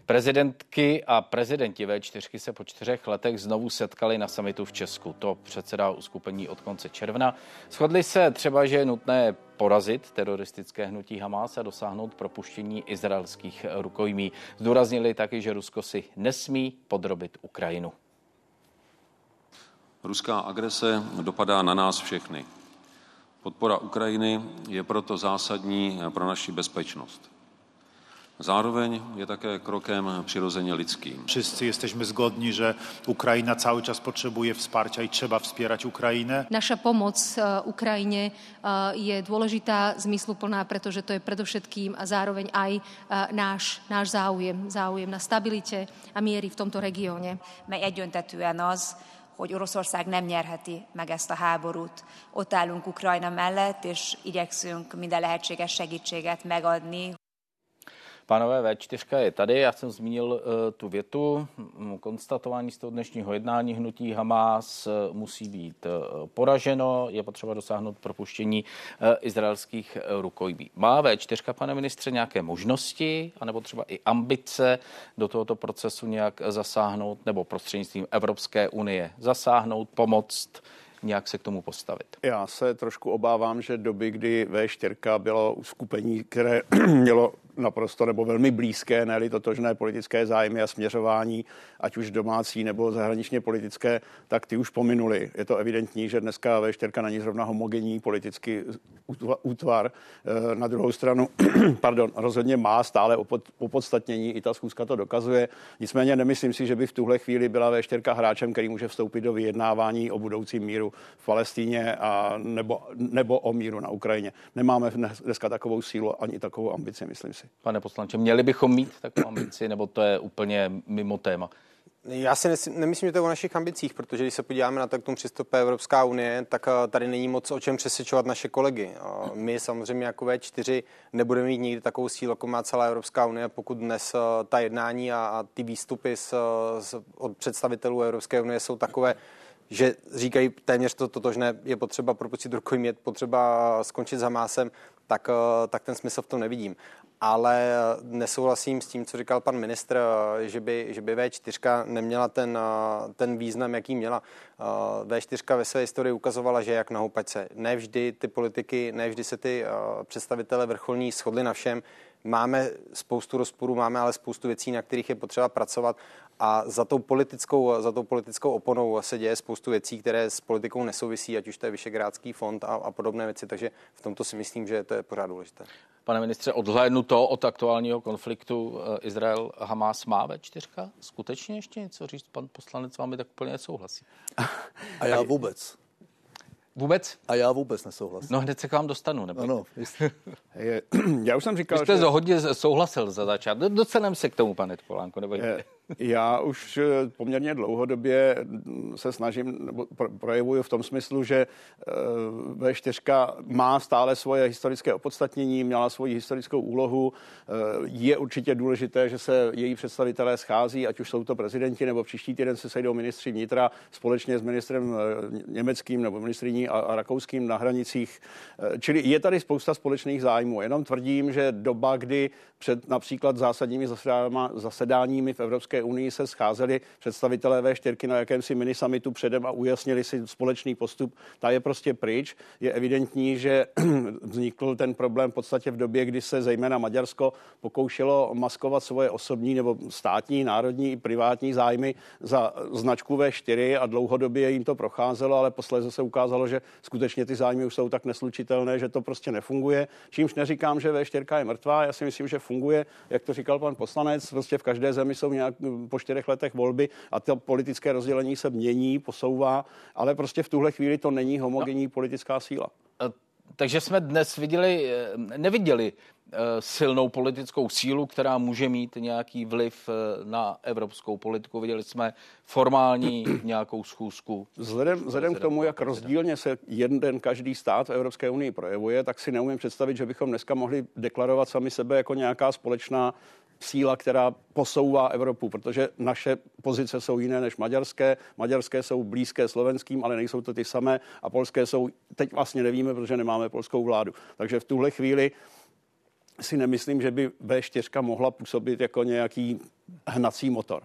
Prezidentky a prezidenti V4 se po 4 letech znovu setkali na summitu v Česku. To předsedá uskupení od konce června. Shodli se třeba, že je nutné porazit teroristické hnutí Hamás a dosáhnout propuštění izraelských rukojmí. Zdůraznili taky, že Rusko si nesmí podrobit Ukrajinu. Ruská agrese dopadá na nás všechny. Podpora Ukrajiny je proto zásadní pro naši bezpečnost. Zároveň je také krokem přirozeně lidským. Wszyscy jesteśmy zgodni, że Ukraina cały czas potrzebuje wsparcia i trzeba wspierać Ukrajinę. Naša pomoc Ukrajine je dôležitá, zmysluplná, pretože to je predovšetkým a zároveň aj náš záujem na stabilite a miery v tomto regióne. Mely egyöntetűen az, hogy Oroszország nem nyerheti meg ezt a háborút. Ott állunk Ukrajna mellett, és igyekszünk minden lehetséges segítséget megadni. Pánové, V4 je tady, já jsem zmínil tu větu, konstatování z toho dnešního jednání hnutí Hamás musí být poraženo, je potřeba dosáhnout propuštění izraelských rukojmí. Má V4, pane ministře, nějaké možnosti, anebo třeba i ambice do tohoto procesu nějak zasáhnout, nebo prostřednictvím Evropské unie zasáhnout, pomoct, nějak se k tomu postavit? Já se trošku obávám, že doby, kdy V4 bylo uskupení, které mělo naprosto nebo velmi blízké, ne-li totožné politické zájmy a směřování, ať už domácí nebo zahraničně politické, tak ty už pominuly. Je to evidentní, že dneska V4 není zrovna homogenní politický útvar. Na druhou stranu, rozhodně má stále opodstatnění, i ta schůzka to dokazuje. Nicméně nemyslím si, že by v tuhle chvíli byla V4 hráčem, který může vstoupit do vyjednávání o budoucím míru v Palestíně nebo o míru na Ukrajině. Nemáme dneska takovou sílu ani takovou ambici, myslím si. Pane poslanče, měli bychom mít takovou ambici, nebo to je úplně mimo téma? Já si nemyslím, že to je o našich ambicích, protože když se podíváme na to, jak tomu přistupuje Evropská unie, tak tady není moc o čem přesvědčovat naše kolegy. My samozřejmě jako V4 nebudeme mít nikdy takovou sílu, jako má celá Evropská unie, pokud dnes ta jednání a ty výstupy od představitelů Evropské unie jsou takové, že říkají téměř to totožné, je potřeba propustit rukojmí, je potřeba skončit s Hamásem, tak ten smysl v tom nevidím. Ale nesouhlasím s tím, co říkal pan ministr, že by V4 neměla ten význam, jaký měla. V4 ve své historii ukazovala, že jak na houpačce. Ne vždy ty politiky, ne vždy se ty představitele vrcholní shodli na všem. Máme spoustu rozporů, máme ale spoustu věcí, na kterých je potřeba pracovat a za tou politickou oponou se děje spoustu věcí, které s politikou nesouvisí, ať už to je Visegrádský fond a podobné věci, takže v tomto si myslím, že to je pořád důležité. Pane ministře, odhlédnuto od aktuálního konfliktu Izrael-Hamás má V4? Skutečně ještě něco říct? Pan poslanec s vámi tak úplně nesouhlasí. A já vůbec. Vůbec? A já vůbec nesouhlasím. No hned se k vám dostanu, nebo? Ano. Já už jsem říkal, že jste hodně souhlasil za začátek. Dostaneme se k tomu, pane Topolánko, nebo Já už poměrně dlouhodobě se snažím, nebo projevuju v tom smyslu, že V4 má stále svoje historické opodstatnění, měla svoji historickou úlohu. Je určitě důležité, že se její představitelé schází, ať už jsou to prezidenti, nebo příští týden se sejdou ministři vnitra společně s ministrem německým nebo ministryní a rakouským na hranicích. Čili je tady spousta společných zájmů. Jenom tvrdím, že doba, kdy před například zásadními zasedáními v Evropské unii se scházeli představitelé V4 na jakémsi minisummitu předem a ujasnili si společný postup, ta je prostě pryč. Je evidentní, že vznikl ten problém v podstatě v době, kdy se zejména Maďarsko pokoušelo maskovat svoje osobní nebo státní, národní i privátní zájmy za značku V4 a dlouhodobě jim to procházelo, ale posléze se ukázalo, že skutečně ty zájmy už jsou tak neslučitelné, že to prostě nefunguje. Čímž neříkám, že V4 je mrtvá, já si myslím, že funguje, jak to říkal pan poslanec, prostě v každé zemi jsou nějak po 4 letech volby a to politické rozdělení se mění, posouvá, ale prostě v tuhle chvíli to není homogenní politická síla. Takže jsme dnes neviděli silnou politickou sílu, která může mít nějaký vliv na evropskou politiku. Viděli jsme formální nějakou schůzku. Vzhledem k tomu, jak rozdílně se jeden každý stát v Evropské unii projevuje, tak si neumím představit, že bychom dneska mohli deklarovat sami sebe jako nějaká společná síla, která posouvá Evropu, protože naše pozice jsou jiné než maďarské. Maďarské jsou blízké slovenským, ale nejsou to ty samé a polské jsou, teď vlastně nevíme, protože nemáme polskou vládu. Takže v tuhle chvíli si nemyslím, že by V4 mohla působit jako nějaký hnací motor.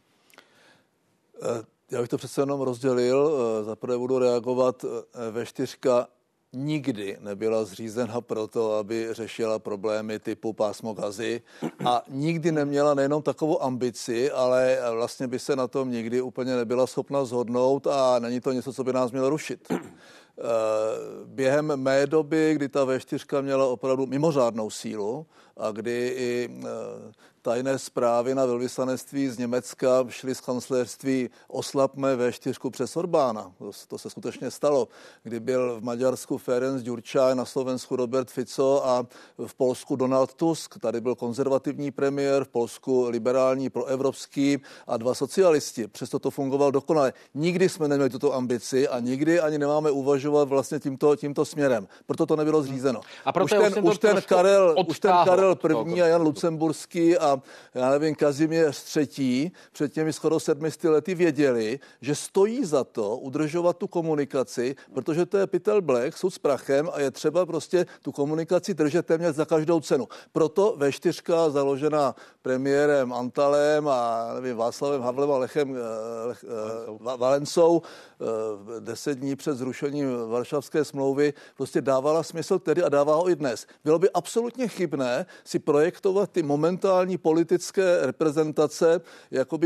Já bych to přece jenom rozdělil. Zaprvé budu reagovat. V4 nikdy nebyla zřízena proto, aby řešila problémy typu pásmo Gazy a nikdy neměla nejenom takovou ambici, ale vlastně by se na tom nikdy úplně nebyla schopna shodnout a není to něco, co by nás mělo rušit. Během mé doby, kdy ta V4 měla opravdu mimořádnou sílu a kdy i tajné zprávy na velvyslanectví z Německa šly z kancléřství oslabme V4 přes Orbána. To se skutečně stalo, kdy byl v Maďarsku Ferenc Gyurcsány, na Slovensku Robert Fico a v Polsku Donald Tusk. Tady byl konzervativní premiér, v Polsku liberální proevropský a 2 socialisti. Přesto to fungovalo dokonale. Nikdy jsme neměli tuto ambici a nikdy ani nemáme uvažovat vlastně tímto směrem. Proto to nebylo zřízeno. A už ten Karel I. a Jan Lucemburský a já nevím, Kazimíř III. před těmi skoro 700 lety věděli, že stojí za to udržovat tu komunikaci, protože to je pytel blech, sud s prachem a je třeba prostě tu komunikaci držet téměř za každou cenu. Proto V4 založená premiérem Antalem a nevím, Václavem Havlem a Lechem Valencou 10 dní před zrušením Varšavské smlouvy prostě dávala smysl tedy a dává ho i dnes. Bylo by absolutně chybné si projektovat ty momentální politické reprezentace jakoby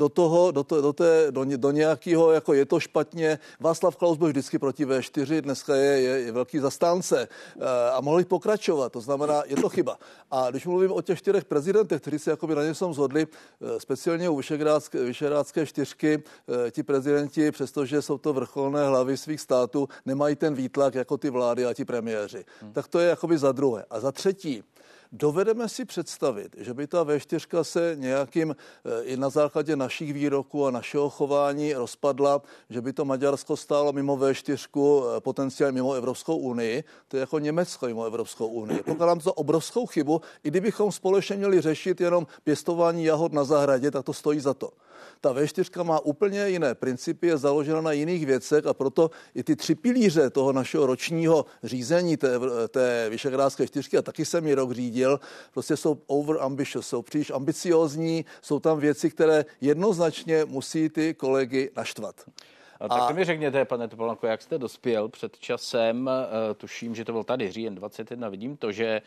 do nějakého, jako je to špatně. Václav Klaus byl vždycky proti V4, dneska je velký zastánce a mohli pokračovat, to znamená, je to chyba. A když mluvím o těch 4 prezidentech, kteří se jakoby na něčem shodli, speciálně u Vyšehradské 4, ti prezidenti, přestože jsou to vrcholné hlavy svých států, nemají ten výtlak jako ty vlády a ti premiéři. Tak to je jakoby za druhé. A za třetí, dovedeme si představit, že by ta V4 se nějakým i na základě našich výroků a našeho chování rozpadla, že by to Maďarsko stálo mimo V4, potenciálně mimo Evropskou unii, to je jako Německo mimo Evropskou unii. Pokládám to za obrovskou chybu, i kdybychom společně měli řešit jenom pěstování jahod na zahradě, tak to stojí za to. Ta V4 má úplně jiné principy, je založena na jiných věcech a proto i ty 3 pilíře toho našeho ročního řízení té Visegrádské 4, a taky jsem ji rok řídil, prostě jsou overambitious, jsou příliš ambiciózní, jsou tam věci, které jednoznačně musí ty kolegy naštvat. Tak mi řekněte, pane Topolanko, jak jste dospěl před časem, tuším, že to byl tady říjen 21, vidím to, že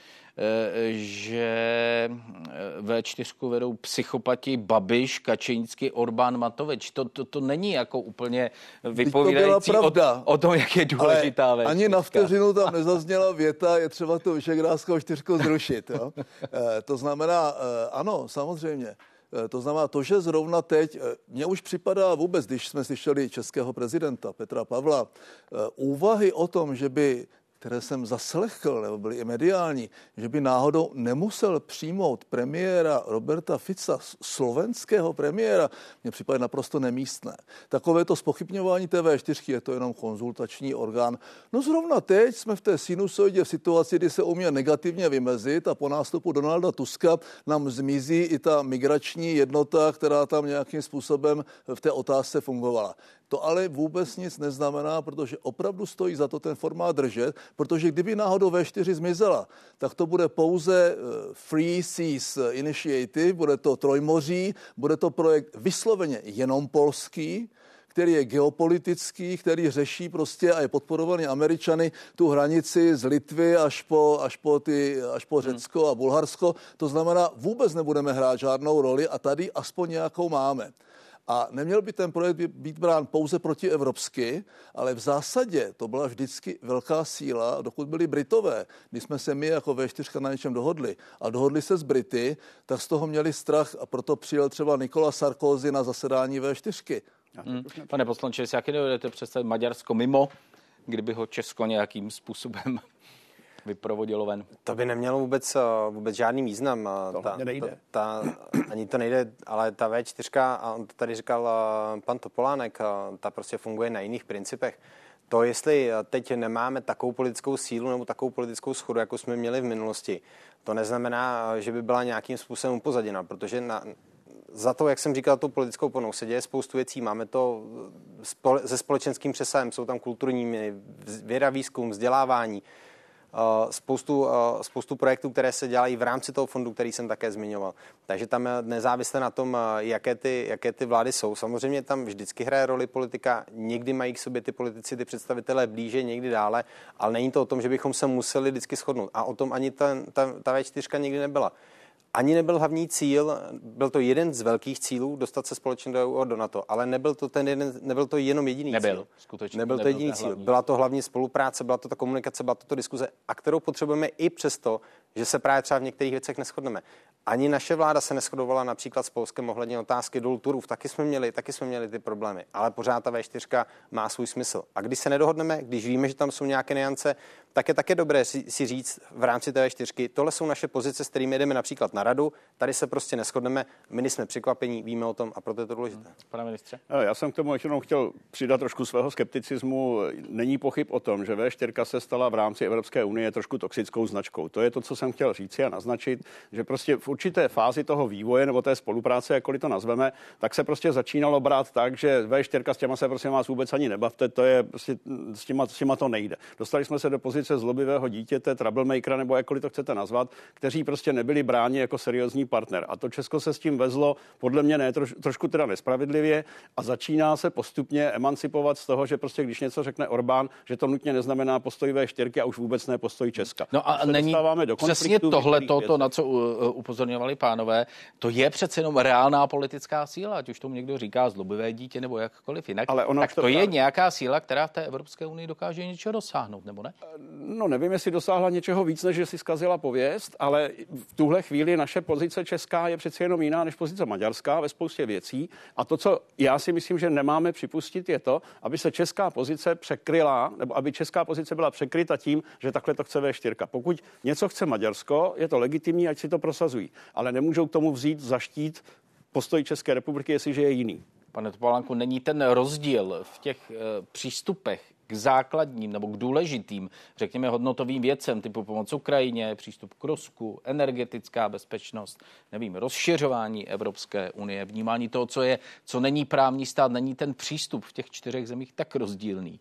V4 vedou psychopati Babiš, Kačínský, Orbán, Matovič. To není jako úplně vypovídající o tom, jak je důležitá V4. Ani na vteřinu tam nezazněla věta, je třeba tu Visegrádskou 4 zrušit. Jo? To znamená, ano, samozřejmě. To znamená to, že zrovna teď, mně už připadá vůbec, když jsme slyšeli českého prezidenta Petra Pavla, úvahy o tom, že by, které jsem zaslechl, nebo byly i mediální, že by náhodou nemusel přijmout premiéra Roberta Fica, slovenského premiéra, mně připadá naprosto nemístné. Takové to zpochybňování TV4, je to jenom konzultační orgán. No zrovna teď jsme v té sinusoidě v situaci, kdy se umí negativně vymezit a po nástupu Donalda Tuska nám zmizí i ta migrační jednota, která tam nějakým způsobem v té otázce fungovala. To ale vůbec nic neznamená, protože opravdu stojí za to ten formát držet, protože kdyby náhodou V4 zmizela, tak to bude pouze Free Seas Initiative, bude to Trojmoří, bude to projekt vysloveně jenom polský, který je geopolitický, který řeší prostě a je podporovaný Američany tu hranici z Litvy až po Řecko a Bulharsko. To znamená, vůbec nebudeme hrát žádnou roli a tady aspoň nějakou máme. A neměl by ten projekt být brán pouze protievropsky, ale v zásadě to byla vždycky velká síla, dokud byli Britové. Když jsme se my jako V4 na něčem dohodli a dohodli se s Brity, tak z toho měli strach a proto přijel třeba Nicolas Sarkozy na zasedání V4. Pane poslanče, jestli jaký dovedete představit Maďarsko mimo, kdyby ho Česko nějakým způsobem vyprovodilo ven? To by nemělo vůbec žádný význam. Nejde. Ani to nejde, ale ta V4, a on to tady říkal pan Topolánek, ta prostě funguje na jiných principech. To, jestli teď nemáme takovou politickou sílu nebo takovou politickou shodu, jako jsme měli v minulosti, to neznamená, že by byla nějakým způsobem upozaděna, protože za to, jak jsem říkal, tou politickou ponou se děje spoustu věcí. Máme to se společenským přesahem, jsou tam kulturní, věda, výzkum, vzdělávání. spoustu projektů, které se dělají v rámci toho fondu, který jsem také zmiňoval. Takže tam nezávisle na tom, jaké ty vlády jsou. Samozřejmě tam vždycky hraje roli politika, někdy mají k sobě ty politici, ty představitelé blíže, někdy dále, ale není to o tom, že bychom se museli vždycky shodnout. A o tom ani ta V4 nikdy nebyla. Ani nebyl hlavní cíl, byl to jeden z velkých cílů dostat se společně do NATO, ale nebyl to jenom jediný cíl. Nebyl to jediný cíl. Byla to hlavně spolupráce, byla to ta komunikace, byla to diskuze, a kterou potřebujeme i přesto, že se právě třeba v některých věcech neshodneme. Ani naše vláda se neshodovala například s Polskem ohledně otázky dolů Turów, taky jsme měli ty problémy, ale pořád ta V4 má svůj smysl. A když se nedohodneme, když víme, že tam jsou nějaké nuance, tak je také dobré si říct v rámci té V4, tohle jsou naše pozice, s kterými jdeme například na radu, tady se prostě neshodneme, my jsme překvapení, víme o tom a proto je to důležité. Pane ministře? Já jsem k tomu ještě chtěl přidat trošku svého skepticismu. Není pochyb o tom, že V4 se stala v rámci Evropské unie trošku toxickou značkou. To je to, co jsem chtěl říci a naznačit, že prostě v určité fázi toho vývoje nebo té spolupráce, jakkoliv to nazveme, tak se prostě začínalo brát tak, že V4 s těma se prostě vás vůbec ani nebavte, to je prostě s těma to nejde. Dostali jsme se do pozice zlobivého dítěte, troublemakera nebo jakkoliv to chcete nazvat, kteří prostě nebyli bráni jako seriózní partner. A to Česko se s tím vezlo podle mě trošku teda nespravedlivě a začíná se postupně emancipovat z toho, že prostě když něco řekne Orbán, že to nutně neznamená postoj V4 a už vůbec ne postoj Česka. No a není přesně tohle, na co upozorňovali pánové, to je přece jenom reálná politická síla, ať už tomu někdo říká zlobivé dítě nebo jakkoliv jinak. Ale tak to je nějaká síla, která v té Evropské unii dokáže něčeho dosáhnout, nebo ne? No nevím, jestli dosáhla něčeho víc, než že si zkazila pověst, ale v tuhle chvíli naše pozice česká je přece jenom jiná než pozice maďarská ve spoustě věcí. A to, co já si myslím, že nemáme připustit, je to, aby se česká pozice překryla, nebo aby česká pozice byla překryta tím, že takhle to chce V4. Pokud něco chce Maďarsko, je to legitimní, ať si to prosazují. Ale nemůžou k tomu vzít za štít postoj České republiky, jestliže je jiný. Pane Topolánku, není ten rozdíl v těch přístupech k základním nebo k důležitým, řekněme, hodnotovým věcem typu pomoc Ukrajině, přístup k Rusku, energetická bezpečnost, nevím, rozšiřování Evropské unie, vnímání toho, co není právní stát, není ten přístup v těch 4 zemích tak rozdílný,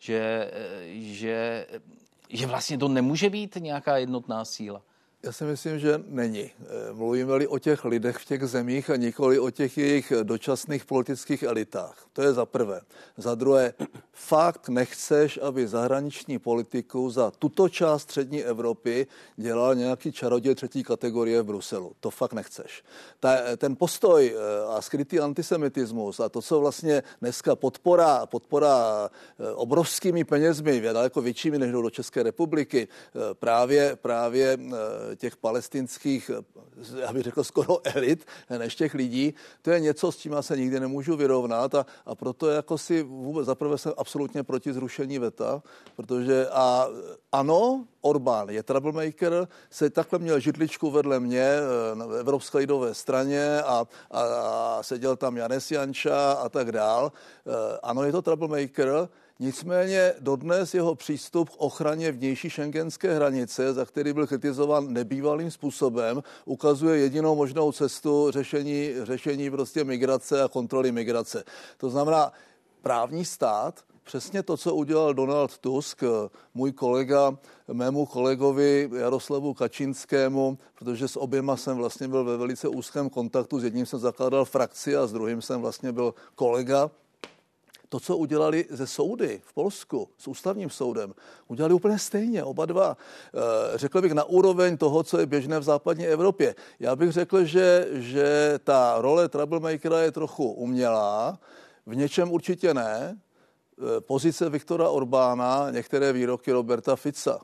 že vlastně to nemůže být nějaká jednotná síla. Já si myslím, že není. Mluvíme-li o těch lidech v těch zemích a nikoli o těch jejich dočasných politických elitách. To je za prvé. Za druhé, fakt nechceš, aby zahraniční politiku za tuto část střední Evropy dělal nějaký čaroděj 3. kategorie v Bruselu. To fakt nechceš. Ten postoj a skrytý antisemitismus a to, co vlastně dneska podpora obrovskými penězmi, daleko většími než do České republiky, právě těch palestinských, já bych řekl skoro elit, než těch lidí, to je něco, s čím já se nikdy nemůžu vyrovnat a proto jako si vůbec zaprvé jsem absolutně proti zrušení veta, protože ano, Orbán je troublemaker, se takhle měl židličku vedle mě na Evropské lidové straně a seděl tam Janez Janša a tak dál. Ano, je to troublemaker, nicméně dodnes jeho přístup k ochraně vnější schengenské hranice, za který byl kritizován nebývalým způsobem, ukazuje jedinou možnou cestu řešení prostě migrace a kontroly migrace. To znamená právní stát, přesně to, co udělal Donald Tusk, můj kolega, mému kolegovi Jaroslavu Kačinskému, protože s oběma jsem vlastně byl ve velice úzkém kontaktu, s jedním jsem zakládal frakci a s druhým jsem vlastně byl kolega. To, co udělali ze soudy v Polsku, s ústavním soudem, udělali úplně stejně, oba dva. Řekl bych na úroveň toho, co je běžné v západní Evropě. Já bych řekl, že ta role troublemakera je trochu umělá, v něčem určitě ne. Pozice Viktora Orbána, některé výroky Roberta Fica,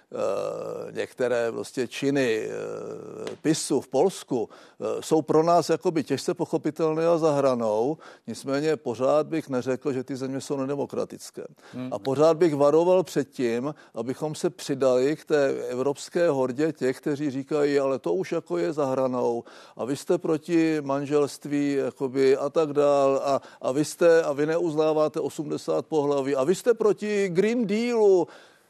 některé prostě činy PiSu v Polsku jsou pro nás jakoby těžce pochopitelné a za hranou, nicméně pořád bych neřekl, že ty země jsou nedemokratické. A pořád bych varoval před tím, abychom se přidali k té evropské hordě těch, kteří říkají, ale to už jako je za hranou a vy jste proti manželství jakoby a tak dál a vy neuznáváte 80 pohlaví a vy jste proti Green Dealu.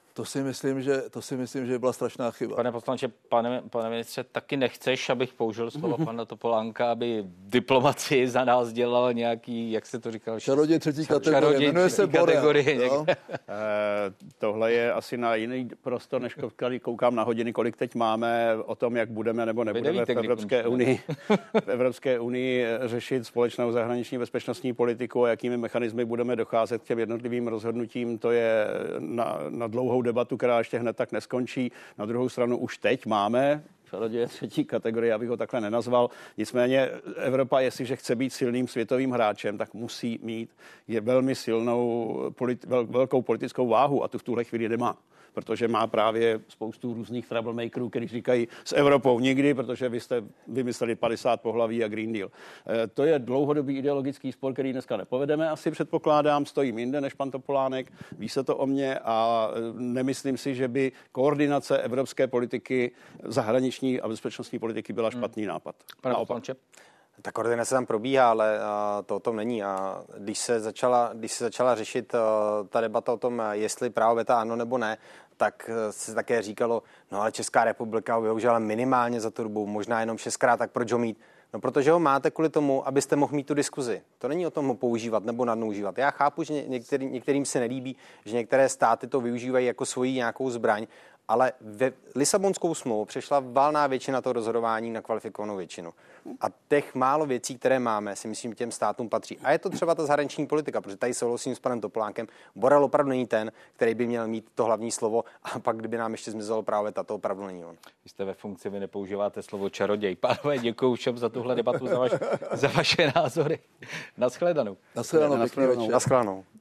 To si myslím, že byla strašná chyba. Pane poslanče, pane ministře, taky nechceš, abych použil slova pana Topolánka, aby diplomacii za nás dělal nějaký, jak se to říkal? Čaroděj třetí kategorie, jmenuje se Borel. Tohle je asi na jiný prostor, než když koukám na hodiny, kolik teď máme o tom, jak budeme nebo nebudeme v Evropské unii řešit společnou zahraniční bezpečnostní politiku a jakými mechanismy budeme docházet k těm jednotlivým rozhodnutím. To je na dlouhou debatu, která ještě hned tak neskončí. Na druhou stranu už teď máme čaroděje třetí kategorie, abych ho takhle nenazval. Nicméně Evropa, jestliže chce být silným světovým hráčem, tak musí mít velmi silnou velkou politickou váhu a tu v tuhle chvíli nemá. Protože má právě spoustu různých troublemakerů, kteří říkají s Evropou nikdy, protože vy jste vymysleli 50 pohlaví a Green Deal. To je dlouhodobý ideologický spor, který dneska nepovedeme, asi předpokládám, stojím jinde než pan Topolánek, ví se to o mě a nemyslím si, že by koordinace evropské politiky, zahraniční a bezpečnostní politiky byla špatný nápad. Pane poslanče? Ta koordinace tam probíhá, ale to o tom není. A když se začala řešit ta debata o tom, jestli právo veta ano nebo ne, tak se také říkalo, no ale Česká republika ho využila minimálně za tu dobu, možná jenom 6krát, tak proč ho mít? No protože ho máte kvůli tomu, abyste mohl mít tu diskuzi. To není o tom ho používat nebo nadužívat. Já chápu, že některým se nelíbí, že některé státy to využívají jako svoji nějakou zbraň, ale ve Lisabonskou smlouvu přešla valná většina toho rozhodování na kvalifikovanou většinu. A těch málo věcí, které máme, si myslím, těm státům patří. A je to třeba ta zahraniční politika, protože tady souhlasím s panem Topolánkem. Borel opravdu není ten, který by měl mít to hlavní slovo, a pak, kdyby nám ještě zmizelo právo veta, to opravdu není on. Vy jste ve funkci, vy nepoužíváte slovo čaroděj. Pánové, děkuji všem za tuhle debatu, za vaše názory. Naschledanou. Naschledanou.